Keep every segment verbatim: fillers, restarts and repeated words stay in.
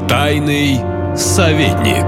Тайный советник.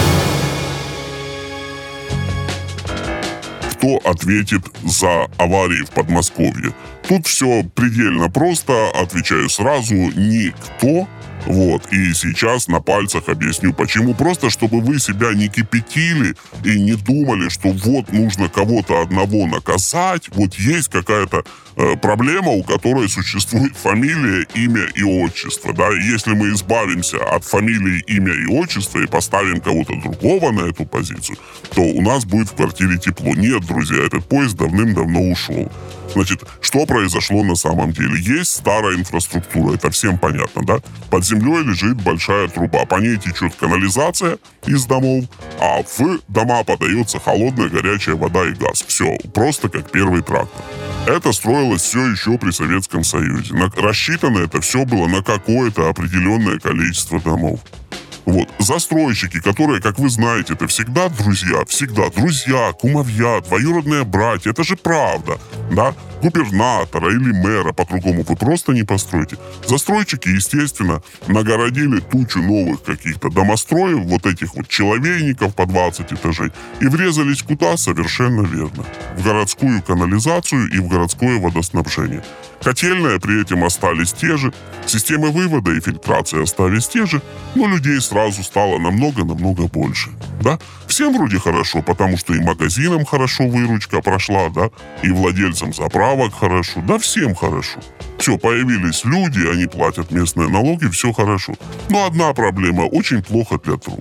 Кто ответит за аварии в Подмосковье? Тут все предельно просто, отвечаю сразу, никто. Вот, и сейчас на пальцах объясню, почему. Просто, чтобы вы себя не кипятили и не думали, что вот нужно кого-то одного наказать. Вот есть какая-то э, проблема, у которой существует фамилия, имя и отчество. Да? И если мы избавимся от фамилии, имя и отчества и поставим кого-то другого на эту позицию, то у нас будет в квартире тепло. Нет, друзья, этот поезд давным-давно ушел. Значит, что произошло на самом деле? Есть старая инфраструктура, это всем понятно, да? Под землей лежит большая труба, по ней течет канализация из домов, а в дома подается холодная горячая вода и газ. Все, просто как первый трактор. Это строилось все еще при Советском Союзе. На, рассчитано это все было на какое-то определенное количество домов. Вот, застройщики, которые, как вы знаете, это всегда друзья, всегда друзья, кумовья, двоюродные братья, это же правда, да? Губернатора или мэра по-другому вы просто не построите. Застройщики, естественно, нагородили тучу новых каких-то домостроев, вот этих вот человейников по двадцать этажей, и врезались куда? Совершенно верно. В городскую канализацию и в городское водоснабжение. Котельные при этом остались те же, системы вывода и фильтрации остались те же, но людей сразу стало намного-намного больше, да? Всем вроде хорошо, потому что и магазинам хорошо выручка прошла, да, и владельцам заправок хорошо, да, всем хорошо. Все, появились люди, они платят местные налоги, все хорошо. Но одна проблема, очень плохо для труб.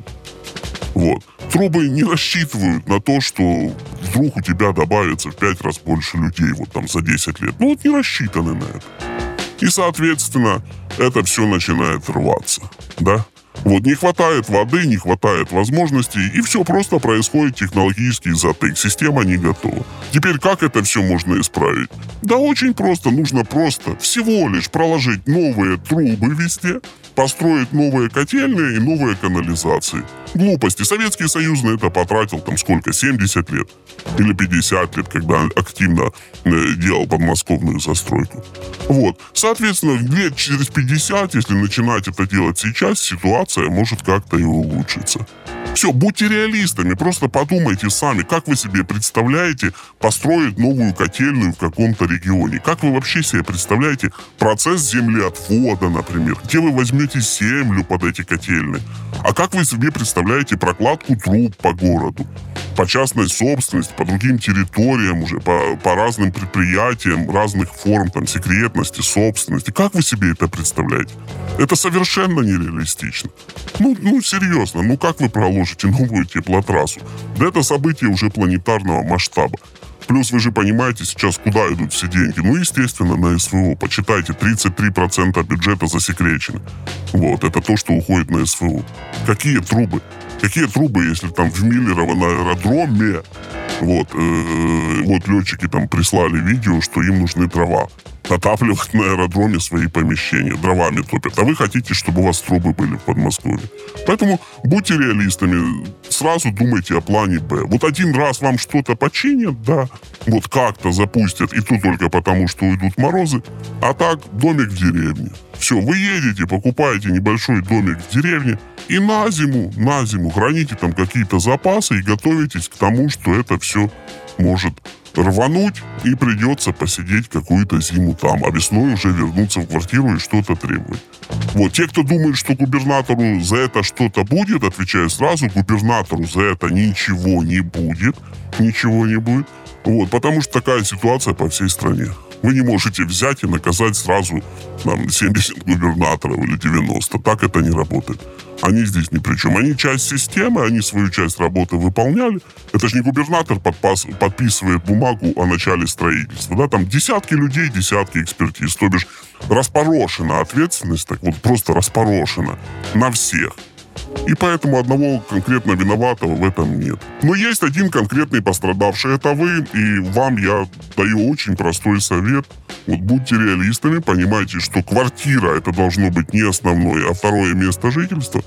Вот. Трубы не рассчитывают на то, что вдруг у тебя добавится в пять раз больше людей вот там за десять лет. Ну вот не рассчитаны на это. И, соответственно, это все начинает рваться, да? Вот не хватает воды, не хватает возможностей, и все просто происходит технологический затык. Система не готова. Теперь как это все можно исправить? Да очень просто. Нужно просто всего лишь проложить новые трубы везде, построить новые котельные и новые канализации. Глупости. Советский Союз на это потратил там сколько? семьдесят лет? Или пятьдесят лет, когда активно э, делал подмосковную застройку. Вот. Соответственно, лет через пятьдесят, если начинать это делать сейчас, ситуация может как-то и улучшиться. Все, будьте реалистами, просто подумайте сами, как вы себе представляете построить новую котельную в каком-то регионе. Как вы вообще себе представляете процесс землеотвода, например? Где вы возьмете землю под эти котельные? А как вы себе представляете прокладку труб по городу? По частной собственности, по другим территориям уже, по, по разным предприятиям, разных форм там, секретности, собственности. Как вы себе это представляете? Это совершенно нереалистично. Ну, ну серьезно, ну как вы проложите новую теплотрассу? Да это событие уже планетарного масштаба. Плюс вы же понимаете сейчас, куда идут все деньги. Ну, естественно, на СВО. Почитайте, тридцать три процента бюджета засекречено. Вот, это то, что уходит на СВО. Какие трубы? Какие трубы, если там в Миллерово на аэродроме, вот, э, вот летчики там прислали видео, что им нужны дрова. Отапливать на аэродроме свои помещения, дровами топят. А вы хотите, чтобы у вас трубы были в Подмосковье. Поэтому будьте реалистами, сразу думайте о плане Б. Вот один раз вам что-то починят, да, вот как-то запустят, и то только потому, что уйдут морозы, а так домик в деревне. Все, вы едете, покупаете небольшой домик в деревне, и на зиму, на зиму храните там какие-то запасы и готовитесь к тому, что это все может рвануть, и придется посидеть какую-то зиму там, а весной уже вернуться в квартиру и что-то требовать. Вот, те, кто думает, что губернатору за это что-то будет, отвечаю сразу, губернатору за это ничего не будет, ничего не будет, вот, потому что такая ситуация по всей стране. Вы не можете взять и наказать сразу там, семьдесят губернаторов или девяносто. Так это не работает. Они здесь ни при чем. Они часть системы, они свою часть работы выполняли. Это же не губернатор подпас, подписывает бумагу о начале строительства. Да? Там десятки людей, десятки экспертиз. То бишь распорошена ответственность, так вот просто распорошена на всех. И поэтому одного конкретно виноватого в этом нет. Но есть один конкретный пострадавший, это вы, и вам я даю очень простой совет. Вот будьте реалистами, понимайте, что квартира это должно быть не основное, а второе место жительства.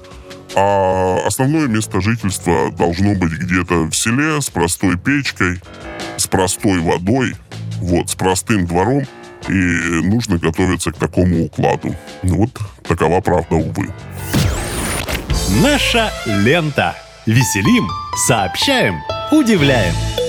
А основное место жительства должно быть где-то в селе с простой печкой, с простой водой, вот, с простым двором. И нужно готовиться к такому укладу. Вот такова правда, увы. Наша лента. Веселим, сообщаем, удивляем.